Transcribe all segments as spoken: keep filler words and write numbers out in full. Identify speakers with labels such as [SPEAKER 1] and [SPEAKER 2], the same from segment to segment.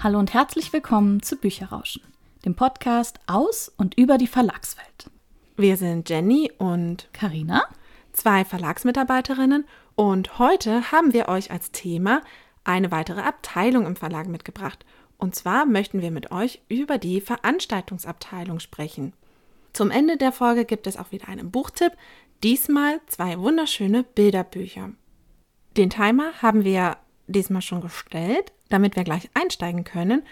[SPEAKER 1] Hallo und herzlich willkommen zu Bücherrauschen, dem Podcast aus und über die Verlagswelt.
[SPEAKER 2] Wir sind Jenny und
[SPEAKER 1] Carina,
[SPEAKER 2] zwei Verlagsmitarbeiterinnen, und heute haben wir euch als Thema eine weitere Abteilung im Verlag mitgebracht. Und zwar möchten wir mit euch über die Veranstaltungsabteilung sprechen. Zum Ende der Folge gibt es auch wieder einen Buchtipp, diesmal zwei wunderschöne Bilderbücher. Den Timer haben wir diesmal schon gestellt, damit wir gleich einsteigen können.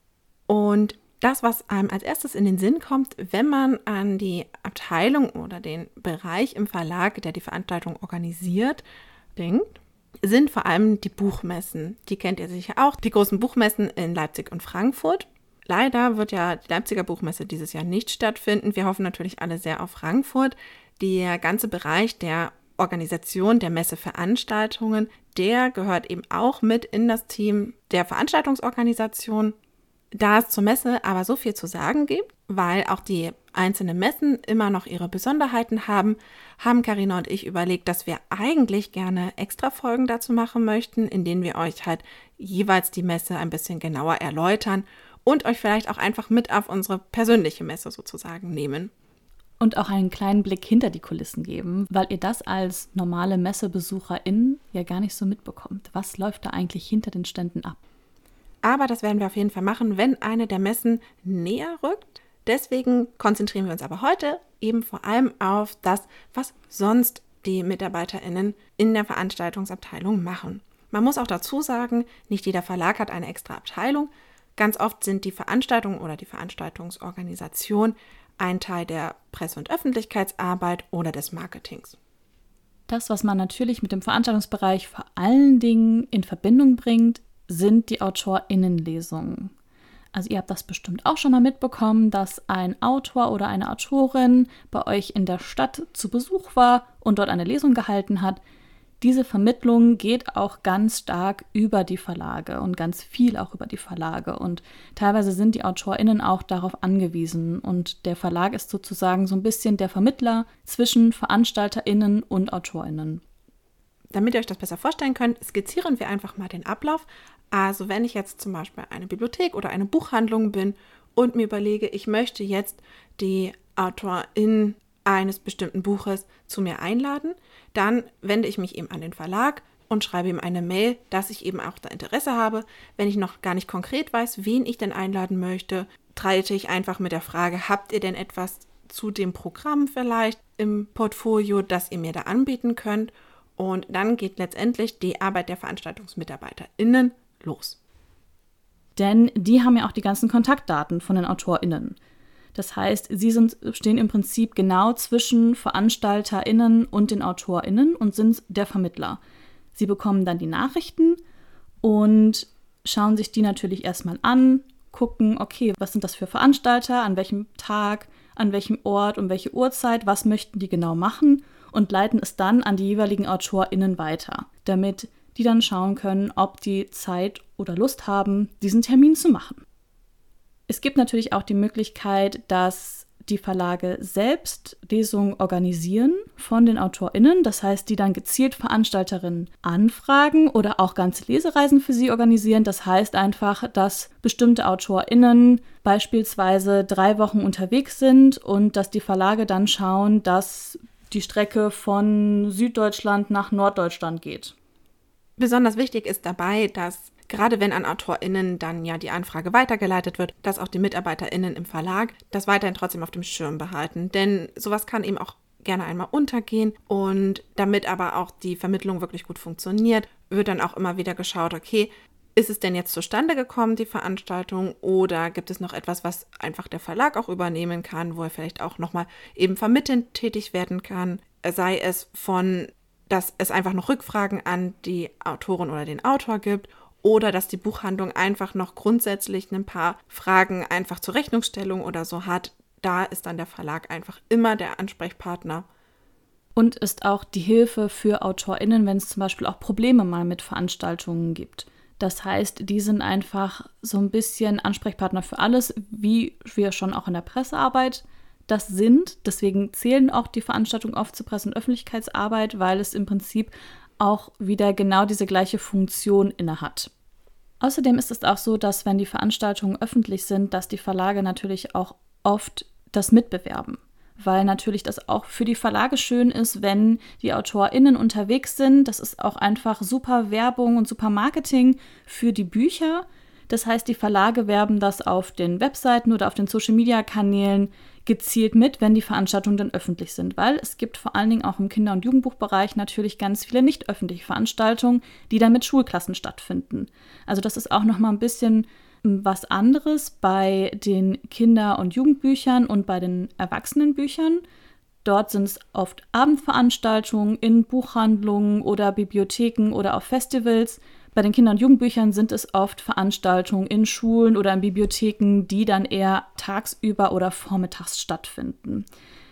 [SPEAKER 2] Und das, was einem als erstes in den Sinn kommt, wenn man an die Abteilung oder den Bereich im Verlag, der die Veranstaltung organisiert, denkt, sind vor allem die Buchmessen. Die kennt ihr sicher auch, die großen Buchmessen in Leipzig und Frankfurt. Leider wird ja die Leipziger Buchmesse dieses Jahr nicht stattfinden. Wir hoffen natürlich alle sehr auf Frankfurt. Der ganze Bereich der Organisation der Messeveranstaltungen, der gehört eben auch mit in das Team der Veranstaltungsorganisation. Da es zur Messe aber so viel zu sagen gibt, weil auch die einzelnen Messen immer noch ihre Besonderheiten haben, haben Carina und ich überlegt, dass wir eigentlich gerne extra Folgen dazu machen möchten, in denen wir euch halt jeweils die Messe ein bisschen genauer erläutern und euch vielleicht auch einfach mit auf unsere persönliche Messe sozusagen nehmen.
[SPEAKER 1] Und auch einen kleinen Blick hinter die Kulissen geben, weil ihr das als normale MessebesucherInnen ja gar nicht so mitbekommt. Was läuft da eigentlich hinter den Ständen ab?
[SPEAKER 2] Aber das werden wir auf jeden Fall machen, wenn eine der Messen näher rückt. Deswegen konzentrieren wir uns aber heute eben vor allem auf das, was sonst die MitarbeiterInnen in der Veranstaltungsabteilung machen. Man muss auch dazu sagen, nicht jeder Verlag hat eine extra Abteilung. Ganz oft sind die Veranstaltungen oder die Veranstaltungsorganisation ein Teil der Presse- und Öffentlichkeitsarbeit oder des Marketings.
[SPEAKER 1] Das, was man natürlich mit dem Veranstaltungsbereich vor allen Dingen in Verbindung bringt, sind die AutorInnenlesungen. Also ihr habt das bestimmt auch schon mal mitbekommen, dass ein Autor oder eine Autorin bei euch in der Stadt zu Besuch war und dort eine Lesung gehalten hat. Diese Vermittlung geht auch ganz stark über die Verlage und ganz viel auch über die Verlage. Und teilweise sind die AutorInnen auch darauf angewiesen. Und der Verlag ist sozusagen so ein bisschen der Vermittler zwischen VeranstalterInnen und AutorInnen.
[SPEAKER 2] Damit ihr euch das besser vorstellen könnt, skizzieren wir einfach mal den Ablauf. Also wenn ich jetzt zum Beispiel eine Bibliothek oder eine Buchhandlung bin und mir überlege, ich möchte jetzt die AutorInnen eines bestimmten Buches zu mir einladen, dann wende ich mich eben an den Verlag und schreibe ihm eine Mail, dass ich eben auch da Interesse habe. Wenn ich noch gar nicht konkret weiß, wen ich denn einladen möchte, trete ich einfach mit der Frage, habt ihr denn etwas zu dem Programm vielleicht im Portfolio, das ihr mir da anbieten könnt? Und dann geht letztendlich die Arbeit der VeranstaltungsmitarbeiterInnen los.
[SPEAKER 1] Denn die haben ja auch die ganzen Kontaktdaten von den AutorInnen. Das heißt, sie sind, stehen im Prinzip genau zwischen VeranstalterInnen und den AutorInnen und sind der Vermittler. Sie bekommen dann die Nachrichten und schauen sich die natürlich erstmal an, gucken, okay, was sind das für Veranstalter, an welchem Tag, an welchem Ort, um welche Uhrzeit, was möchten die genau machen und leiten es dann an die jeweiligen AutorInnen weiter, damit die dann schauen können, ob die Zeit oder Lust haben, diesen Termin zu machen. Es gibt natürlich auch die Möglichkeit, dass die Verlage selbst Lesungen organisieren von den AutorInnen. Das heißt, die dann gezielt Veranstalterinnen anfragen oder auch ganze Lesereisen für sie organisieren. Das heißt einfach, dass bestimmte AutorInnen beispielsweise drei Wochen unterwegs sind und dass die Verlage dann schauen, dass die Strecke von Süddeutschland nach Norddeutschland geht.
[SPEAKER 2] Besonders wichtig ist dabei, dass gerade wenn an AutorInnen dann ja die Anfrage weitergeleitet wird, dass auch die MitarbeiterInnen im Verlag das weiterhin trotzdem auf dem Schirm behalten. Denn sowas kann eben auch gerne einmal untergehen. Und damit aber auch die Vermittlung wirklich gut funktioniert, wird dann auch immer wieder geschaut, okay, ist es denn jetzt zustande gekommen, die Veranstaltung, oder gibt es noch etwas, was einfach der Verlag auch übernehmen kann, wo er vielleicht auch nochmal eben vermittelnd tätig werden kann, sei es von, dass es einfach noch Rückfragen an die Autorin oder den Autor gibt, oder dass die Buchhandlung einfach noch grundsätzlich ein paar Fragen einfach zur Rechnungsstellung oder so hat. Da ist dann der Verlag einfach immer der Ansprechpartner.
[SPEAKER 1] Und ist auch die Hilfe für AutorInnen, wenn es zum Beispiel auch Probleme mal mit Veranstaltungen gibt. Das heißt, die sind einfach so ein bisschen Ansprechpartner für alles, wie wir schon auch in der Pressearbeit das sind. Deswegen zählen auch die Veranstaltungen oft zur Presse- und Öffentlichkeitsarbeit, weil es im Prinzip auch wieder genau diese gleiche Funktion innehat. Außerdem ist es auch so, dass wenn die Veranstaltungen öffentlich sind, dass die Verlage natürlich auch oft das mitbewerben. Weil natürlich das auch für die Verlage schön ist, wenn die AutorInnen unterwegs sind. Das ist auch einfach super Werbung und super Marketing für die Bücher. Das heißt, die Verlage werben das auf den Webseiten oder auf den Social-Media-Kanälen gezielt mit, wenn die Veranstaltungen dann öffentlich sind. Weil es gibt vor allen Dingen auch im Kinder- und Jugendbuchbereich natürlich ganz viele nicht öffentliche Veranstaltungen, die dann mit Schulklassen stattfinden. Also das ist auch nochmal ein bisschen was anderes bei den Kinder- und Jugendbüchern und bei den Erwachsenenbüchern. Dort sind es oft Abendveranstaltungen in Buchhandlungen oder Bibliotheken oder auf Festivals. Bei den Kinder- und Jugendbüchern sind es oft Veranstaltungen in Schulen oder in Bibliotheken, die dann eher tagsüber oder vormittags stattfinden.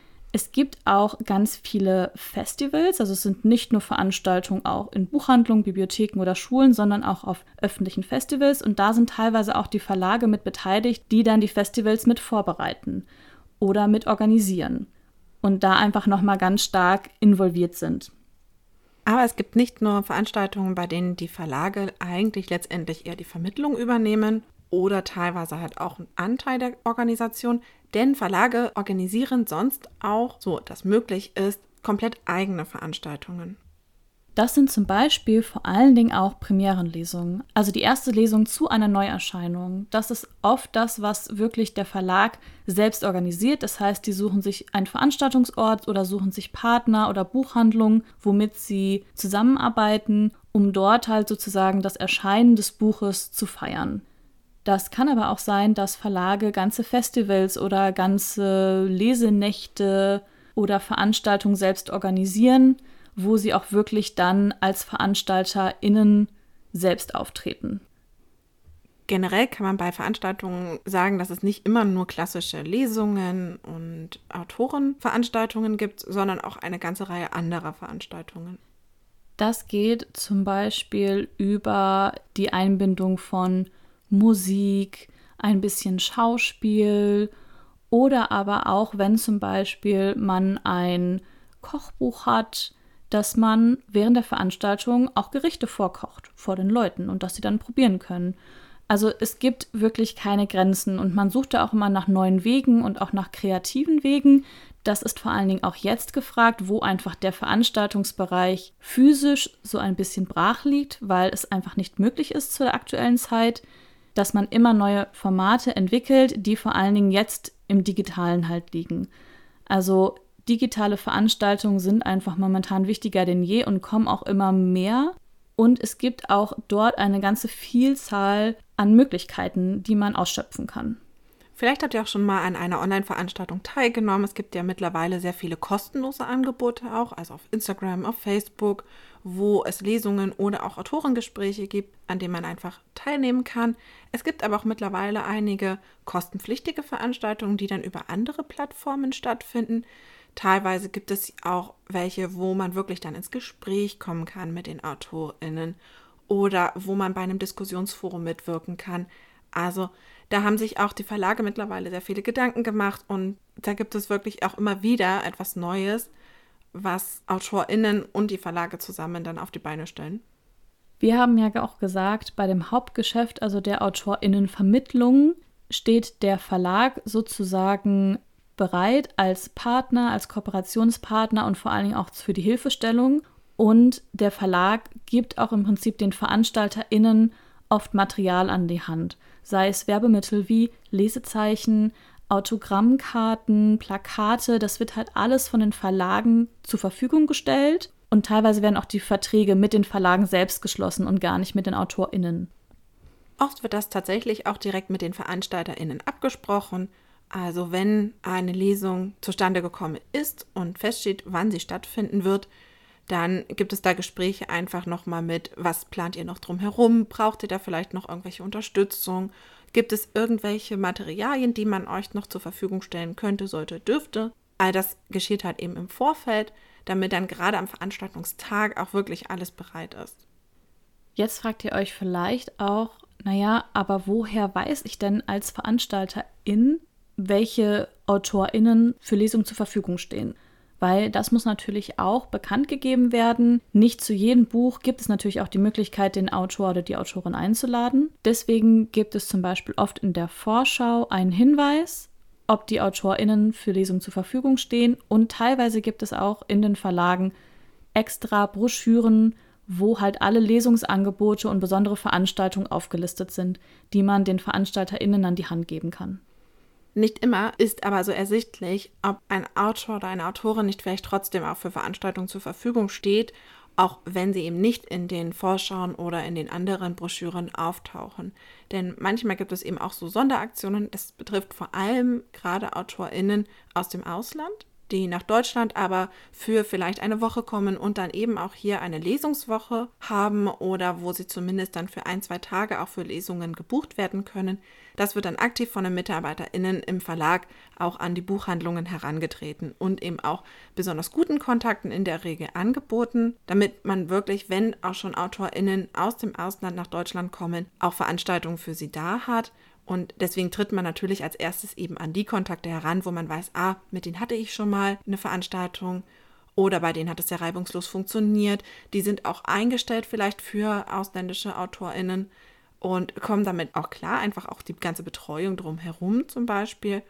[SPEAKER 1] Es gibt auch ganz viele Festivals, also es sind nicht nur Veranstaltungen auch in Buchhandlungen, Bibliotheken oder Schulen, sondern auch auf öffentlichen Festivals. Und da sind teilweise auch die Verlage mit beteiligt, die dann die Festivals mit vorbereiten oder mit organisieren und da einfach nochmal ganz stark involviert sind.
[SPEAKER 2] Aber es gibt nicht nur Veranstaltungen, bei denen die Verlage eigentlich letztendlich eher die Vermittlung übernehmen oder teilweise halt auch einen Anteil der Organisation, denn Verlage organisieren sonst auch, so dass möglich ist, komplett eigene Veranstaltungen.
[SPEAKER 1] Das sind zum Beispiel vor allen Dingen auch Premierenlesungen, also die erste Lesung zu einer Neuerscheinung. Das ist oft das, was wirklich der Verlag selbst organisiert. Das heißt, die suchen sich einen Veranstaltungsort oder suchen sich Partner oder Buchhandlungen, womit sie zusammenarbeiten, um dort halt sozusagen das Erscheinen des Buches zu feiern. Das kann aber auch sein, dass Verlage ganze Festivals oder ganze Lesenächte oder Veranstaltungen selbst organisieren, wo sie auch wirklich dann als VeranstalterInnen selbst auftreten.
[SPEAKER 2] Generell kann man bei Veranstaltungen sagen, dass es nicht immer nur klassische Lesungen und Autorenveranstaltungen gibt, sondern auch eine ganze Reihe anderer Veranstaltungen.
[SPEAKER 1] Das geht zum Beispiel über die Einbindung von Musik, ein bisschen Schauspiel oder aber auch, wenn zum Beispiel man ein Kochbuch hat, dass man während der Veranstaltung auch Gerichte vorkocht vor den Leuten und dass sie dann probieren können. Also es gibt wirklich keine Grenzen und man sucht da auch immer nach neuen Wegen und auch nach kreativen Wegen. Das ist vor allen Dingen auch jetzt gefragt, wo einfach der Veranstaltungsbereich physisch so ein bisschen brach liegt, weil es einfach nicht möglich ist zu der aktuellen Zeit, dass man immer neue Formate entwickelt, die vor allen Dingen jetzt im Digitalen halt liegen. Also digitale Veranstaltungen sind einfach momentan wichtiger denn je und kommen auch immer mehr. Und es gibt auch dort eine ganze Vielzahl an Möglichkeiten, die man ausschöpfen kann.
[SPEAKER 2] Vielleicht habt ihr auch schon mal an einer Online-Veranstaltung teilgenommen. Es gibt ja mittlerweile sehr viele kostenlose Angebote auch, also auf Instagram, auf Facebook, wo es Lesungen oder auch Autorengespräche gibt, an denen man einfach teilnehmen kann. Es gibt aber auch mittlerweile einige kostenpflichtige Veranstaltungen, die dann über andere Plattformen stattfinden. Teilweise gibt es auch welche, wo man wirklich dann ins Gespräch kommen kann mit den AutorInnen oder wo man bei einem Diskussionsforum mitwirken kann. Also da haben sich auch die Verlage mittlerweile sehr viele Gedanken gemacht und da gibt es wirklich auch immer wieder etwas Neues, was AutorInnen und die Verlage zusammen dann auf die Beine stellen.
[SPEAKER 1] Wir haben ja auch gesagt, bei dem Hauptgeschäft, also der AutorInnenvermittlung, steht der Verlag sozusagen bereit als Partner, als Kooperationspartner und vor allen Dingen auch für die Hilfestellung. Und der Verlag gibt auch im Prinzip den VeranstalterInnen oft Material an die Hand, sei es Werbemittel wie Lesezeichen, Autogrammkarten, Plakate, das wird halt alles von den Verlagen zur Verfügung gestellt und teilweise werden auch die Verträge mit den Verlagen selbst geschlossen und gar nicht mit den AutorInnen.
[SPEAKER 2] Oft wird das tatsächlich auch direkt mit den VeranstalterInnen abgesprochen. Also wenn eine Lesung zustande gekommen ist und feststeht, wann sie stattfinden wird, dann gibt es da Gespräche einfach nochmal mit, was plant ihr noch drumherum, braucht ihr da vielleicht noch irgendwelche Unterstützung, gibt es irgendwelche Materialien, die man euch noch zur Verfügung stellen könnte, sollte, dürfte. All das geschieht halt eben im Vorfeld, damit dann gerade am Veranstaltungstag auch wirklich alles bereit ist.
[SPEAKER 1] Jetzt fragt ihr euch vielleicht auch, naja, aber woher weiß ich denn als Veranstalterin, welche AutorInnen für Lesungen zur Verfügung stehen? weil das muss natürlich auch bekannt gegeben werden. Nicht zu jedem Buch gibt es natürlich auch die Möglichkeit, den Autor oder die Autorin einzuladen. Deswegen gibt es zum Beispiel oft in der Vorschau einen Hinweis, ob die AutorInnen für Lesungen zur Verfügung stehen. Und teilweise gibt es auch in den Verlagen extra Broschüren, wo halt alle Lesungsangebote und besondere Veranstaltungen aufgelistet sind, die man den VeranstalterInnen an die Hand geben kann.
[SPEAKER 2] Nicht immer ist aber so ersichtlich, ob ein Autor oder eine Autorin nicht vielleicht trotzdem auch für Veranstaltungen zur Verfügung steht, auch wenn sie eben nicht in den Vorschauen oder in den anderen Broschüren auftauchen. Denn manchmal gibt es eben auch so Sonderaktionen, das betrifft vor allem gerade AutorInnen aus dem Ausland, die nach Deutschland aber für vielleicht eine Woche kommen und dann eben auch hier eine Lesungswoche haben oder wo sie zumindest dann für ein, zwei Tage auch für Lesungen gebucht werden können. Das wird dann aktiv von den MitarbeiterInnen im Verlag auch an die Buchhandlungen herangetreten und eben auch besonders guten Kontakten in der Regel angeboten, damit man wirklich, wenn auch schon AutorInnen aus dem Ausland nach Deutschland kommen, auch Veranstaltungen für sie da hat. Und deswegen tritt man natürlich als erstes eben an die Kontakte heran, wo man weiß, ah, mit denen hatte ich schon mal eine Veranstaltung oder bei denen hat es sehr reibungslos funktioniert. Die sind auch eingestellt vielleicht für ausländische AutorInnen und kommen damit auch klar, einfach auch die ganze Betreuung drumherum zum Beispiel.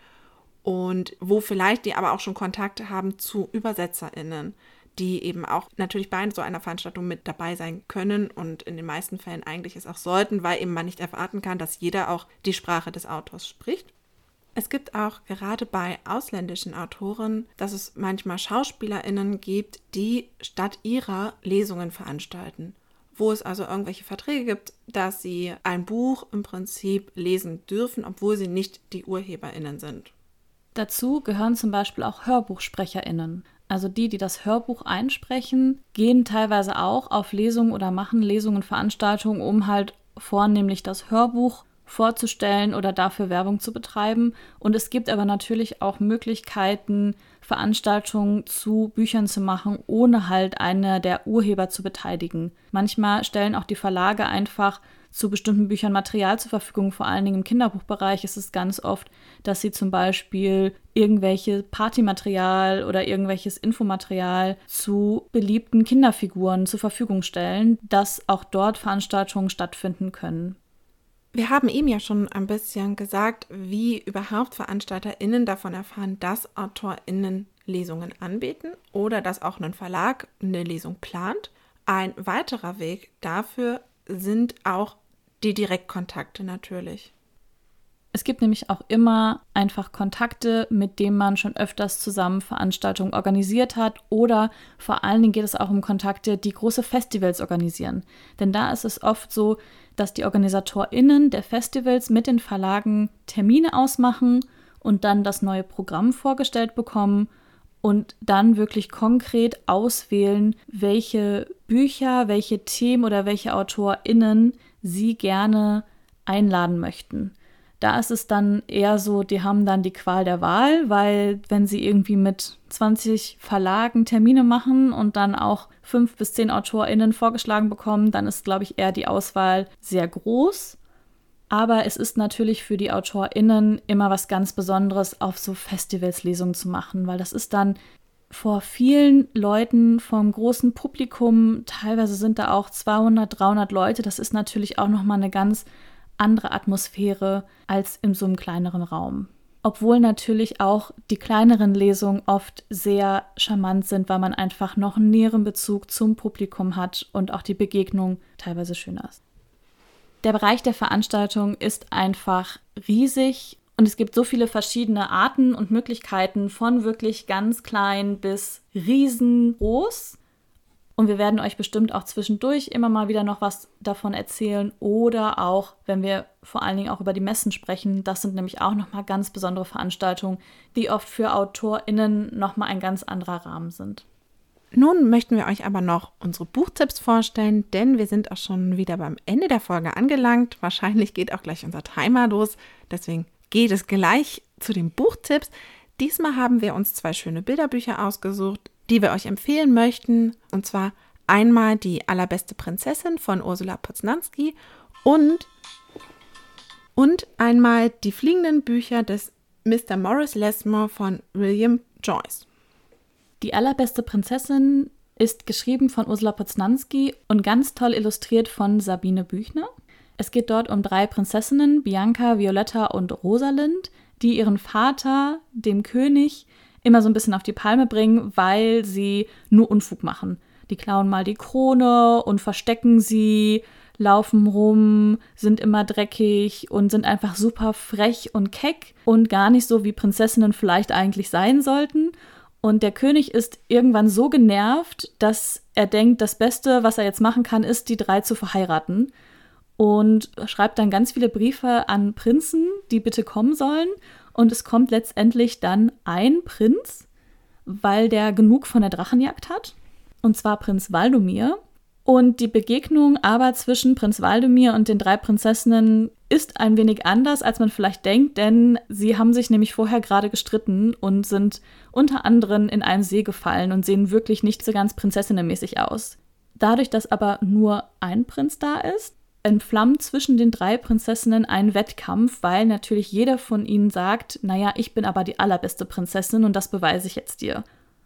[SPEAKER 2] Und wo vielleicht die aber auch schon Kontakte haben zu ÜbersetzerInnen, die eben auch natürlich bei so einer Veranstaltung mit dabei sein können und in den meisten Fällen eigentlich es auch sollten, weil eben man nicht erwarten kann, dass jeder auch die Sprache des Autors spricht. Es gibt auch gerade bei ausländischen Autoren, dass es manchmal SchauspielerInnen gibt, die statt ihrer Lesungen veranstalten, wo es also irgendwelche Verträge gibt, dass sie ein Buch im Prinzip lesen dürfen, obwohl sie nicht die UrheberInnen sind.
[SPEAKER 1] Dazu gehören zum Beispiel auch HörbuchsprecherInnen. Also die, die das Hörbuch einsprechen, gehen teilweise auch auf Lesungen oder machen Lesungen, Veranstaltungen, um halt vornehmlich das Hörbuch vorzustellen oder dafür Werbung zu betreiben. Und es gibt aber natürlich auch Möglichkeiten, Veranstaltungen zu Büchern zu machen, ohne halt eine der Urheber zu beteiligen. Manchmal stellen auch die Verlage einfach zu bestimmten Büchern Material zur Verfügung, vor allen Dingen im Kinderbuchbereich ist es ganz oft, dass sie zum Beispiel irgendwelche Partymaterial oder irgendwelches Infomaterial zu beliebten Kinderfiguren zur Verfügung stellen, dass auch dort Veranstaltungen stattfinden können.
[SPEAKER 2] Wir haben eben ja schon ein bisschen gesagt, wie überhaupt VeranstalterInnen davon erfahren, dass AutorInnen Lesungen anbieten oder dass auch ein Verlag eine Lesung plant. Ein weiterer Weg dafür sind auch die Direktkontakte natürlich.
[SPEAKER 1] Es gibt nämlich auch immer einfach Kontakte, mit denen man schon öfters zusammen Veranstaltungen organisiert hat oder vor allen Dingen geht es auch um Kontakte, die große Festivals organisieren. Denn da ist es oft so, dass die OrganisatorInnen der Festivals mit den Verlagen Termine ausmachen und dann das neue Programm vorgestellt bekommen und dann wirklich konkret auswählen, welche Bücher, welche Themen oder welche AutorInnen sie gerne einladen möchten. Da ist es dann eher so, die haben dann die Qual der Wahl, weil wenn sie irgendwie mit zwanzig Verlagen Termine machen und dann auch fünf bis zehn AutorInnen vorgeschlagen bekommen, dann ist, glaube ich, eher die Auswahl sehr groß. Aber es ist natürlich für die AutorInnen immer was ganz Besonderes, auf so Festivals Lesungen zu machen, weil das ist dann vor vielen Leuten vom großen Publikum, teilweise sind da auch zweihundert, dreihundert Leute, das ist natürlich auch nochmal eine ganz andere Atmosphäre als in so einem kleineren Raum. Obwohl natürlich auch die kleineren Lesungen oft sehr charmant sind, weil man einfach noch einen näheren Bezug zum Publikum hat und auch die Begegnung teilweise schöner ist. Der Bereich der Veranstaltung ist einfach riesig und es gibt so viele verschiedene Arten und Möglichkeiten von wirklich ganz klein bis riesengroß. Und wir werden euch bestimmt auch zwischendurch immer mal wieder noch was davon erzählen oder auch, wenn wir vor allen Dingen auch über die Messen sprechen, das sind nämlich auch nochmal ganz besondere Veranstaltungen, die oft für AutorInnen nochmal ein ganz anderer Rahmen sind.
[SPEAKER 2] Nun möchten wir euch aber noch unsere Buchtipps vorstellen, denn wir sind auch schon wieder beim Ende der Folge angelangt. Wahrscheinlich geht auch gleich unser Timer los, deswegen geht es gleich zu den Buchtipps. Diesmal haben wir uns zwei schöne Bilderbücher ausgesucht, die wir euch empfehlen möchten. Und zwar einmal Die allerbeste Prinzessin von Ursula Poznanski und, und einmal Die fliegenden Bücher des Mister Morris Lesmore von William Joyce.
[SPEAKER 1] Die allerbeste Prinzessin ist geschrieben von Ursula Poznanski und ganz toll illustriert von Sabine Büchner. Es geht dort um drei Prinzessinnen, Bianca, Violetta und Rosalind, die ihren Vater, dem König, immer so ein bisschen auf die Palme bringen, weil sie nur Unfug machen. Die klauen mal die Krone und verstecken sie, laufen rum, sind immer dreckig und sind einfach super frech und keck und gar nicht so, wie Prinzessinnen vielleicht eigentlich sein sollten. Und der König ist irgendwann so genervt, dass er denkt, das Beste, was er jetzt machen kann, ist, die drei zu verheiraten. Und schreibt dann ganz viele Briefe an Prinzen, die bitte kommen sollen. Und es kommt letztendlich dann ein Prinz, weil der genug von der Drachenjagd hat. Und zwar Prinz Waldomir. Und die Begegnung aber zwischen Prinz Waldomir und den drei Prinzessinnen ist ein wenig anders, als man vielleicht denkt, denn sie haben sich nämlich vorher gerade gestritten und sind unter anderem in einen See gefallen und sehen wirklich nicht so ganz prinzessinnenmäßig aus. Dadurch, dass aber nur ein Prinz da ist, entflammt zwischen den drei Prinzessinnen ein Wettkampf, weil natürlich jeder von ihnen sagt, naja, ich bin aber die allerbeste Prinzessin und das beweise ich jetzt dir.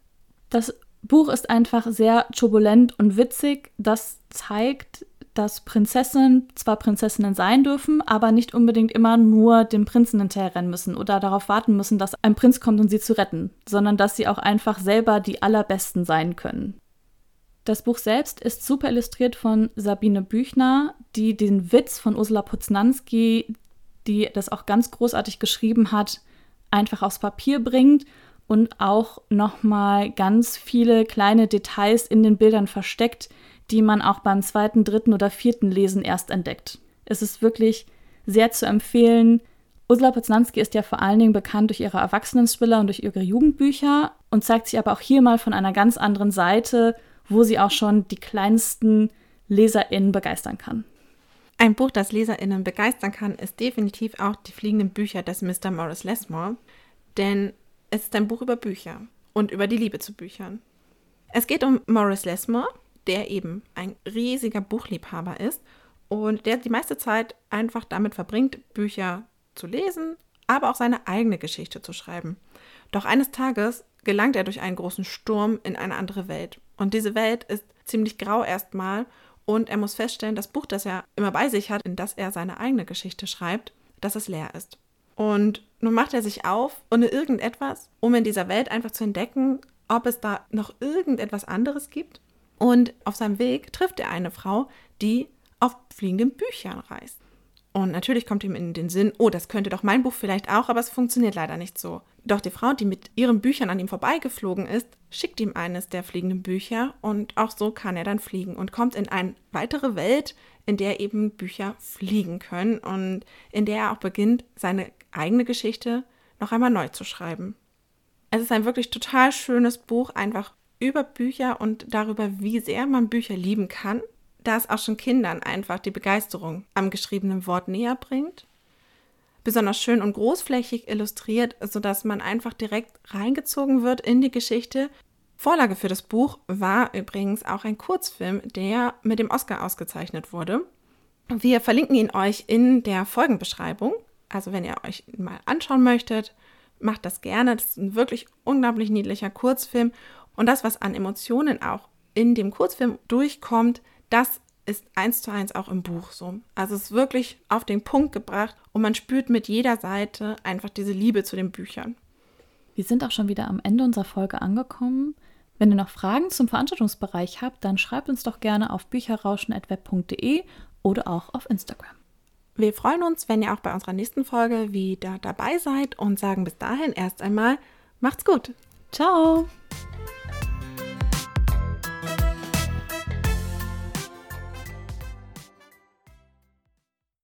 [SPEAKER 1] Das Buch ist einfach sehr turbulent und witzig. Das zeigt, dass Prinzessinnen zwar Prinzessinnen sein dürfen, aber nicht unbedingt immer nur dem Prinzen hinterherrennen müssen oder darauf warten müssen, dass ein Prinz kommt, um sie zu retten, sondern dass sie auch einfach selber die Allerbesten sein können. Das Buch selbst ist super illustriert von Sabine Büchner, die den Witz von Ursula Poznanski, die das auch ganz großartig geschrieben hat, einfach aufs Papier bringt und auch nochmal ganz viele kleine Details in den Bildern versteckt, die man auch beim zweiten, dritten oder vierten Lesen erst entdeckt. Es ist wirklich sehr zu empfehlen. Ursula Poznanski ist ja vor allen Dingen bekannt durch ihre Erwachsenen-Thriller und durch ihre Jugendbücher und zeigt sich aber auch hier mal von einer ganz anderen Seite, wo sie auch schon die kleinsten LeserInnen begeistern kann.
[SPEAKER 2] Ein Buch, das LeserInnen begeistern kann, ist definitiv auch Die fliegenden Bücher des Mister Morris Lesmore, denn es ist ein Buch über Bücher und über die Liebe zu Büchern. Es geht um Morris Lesmore, der eben ein riesiger Buchliebhaber ist und der die meiste Zeit einfach damit verbringt, Bücher zu lesen, aber auch seine eigene Geschichte zu schreiben. Doch eines Tages gelangt er durch einen großen Sturm in eine andere Welt. Und diese Welt ist ziemlich grau erstmal und er muss feststellen, das Buch, das er immer bei sich hat, in das er seine eigene Geschichte schreibt, dass es leer ist. Und nun macht er sich auf, ohne irgendetwas, um in dieser Welt einfach zu entdecken, ob es da noch irgendetwas anderes gibt. Und auf seinem Weg trifft er eine Frau, die auf fliegenden Büchern reist. Und natürlich kommt ihm in den Sinn, oh, das könnte doch mein Buch vielleicht auch, aber es funktioniert leider nicht so. Doch die Frau, die mit ihren Büchern an ihm vorbeigeflogen ist, schickt ihm eines der fliegenden Bücher und auch so kann er dann fliegen und kommt in eine weitere Welt, in der eben Bücher fliegen können und in der er auch beginnt, seine eigene Geschichte noch einmal neu zu schreiben. Es ist ein wirklich total schönes Buch, einfach über Bücher und darüber, wie sehr man Bücher lieben kann, da es auch schon Kindern einfach die Begeisterung am geschriebenen Wort näher bringt. Besonders schön und großflächig illustriert, sodass man einfach direkt reingezogen wird in die Geschichte. Vorlage für das Buch war übrigens auch ein Kurzfilm, der mit dem Oscar ausgezeichnet wurde. Wir verlinken ihn euch in der Folgenbeschreibung. Also wenn ihr euch mal anschauen möchtet, macht das gerne. Das ist ein wirklich unglaublich niedlicher Kurzfilm. Und das, was an Emotionen auch in dem Kurzfilm durchkommt, das ist eins zu eins auch im Buch so. Also es ist wirklich auf den Punkt gebracht und man spürt mit jeder Seite einfach diese Liebe zu den Büchern.
[SPEAKER 1] Wir sind auch schon wieder am Ende unserer Folge angekommen. Wenn ihr noch Fragen zum Veranstaltungsbereich habt, dann schreibt uns doch gerne auf bücherrauschen at web punkt de oder auch auf Instagram.
[SPEAKER 2] Wir freuen uns, wenn ihr auch bei unserer nächsten Folge wieder dabei seid und sagen bis dahin erst einmal, macht's gut.
[SPEAKER 1] Ciao!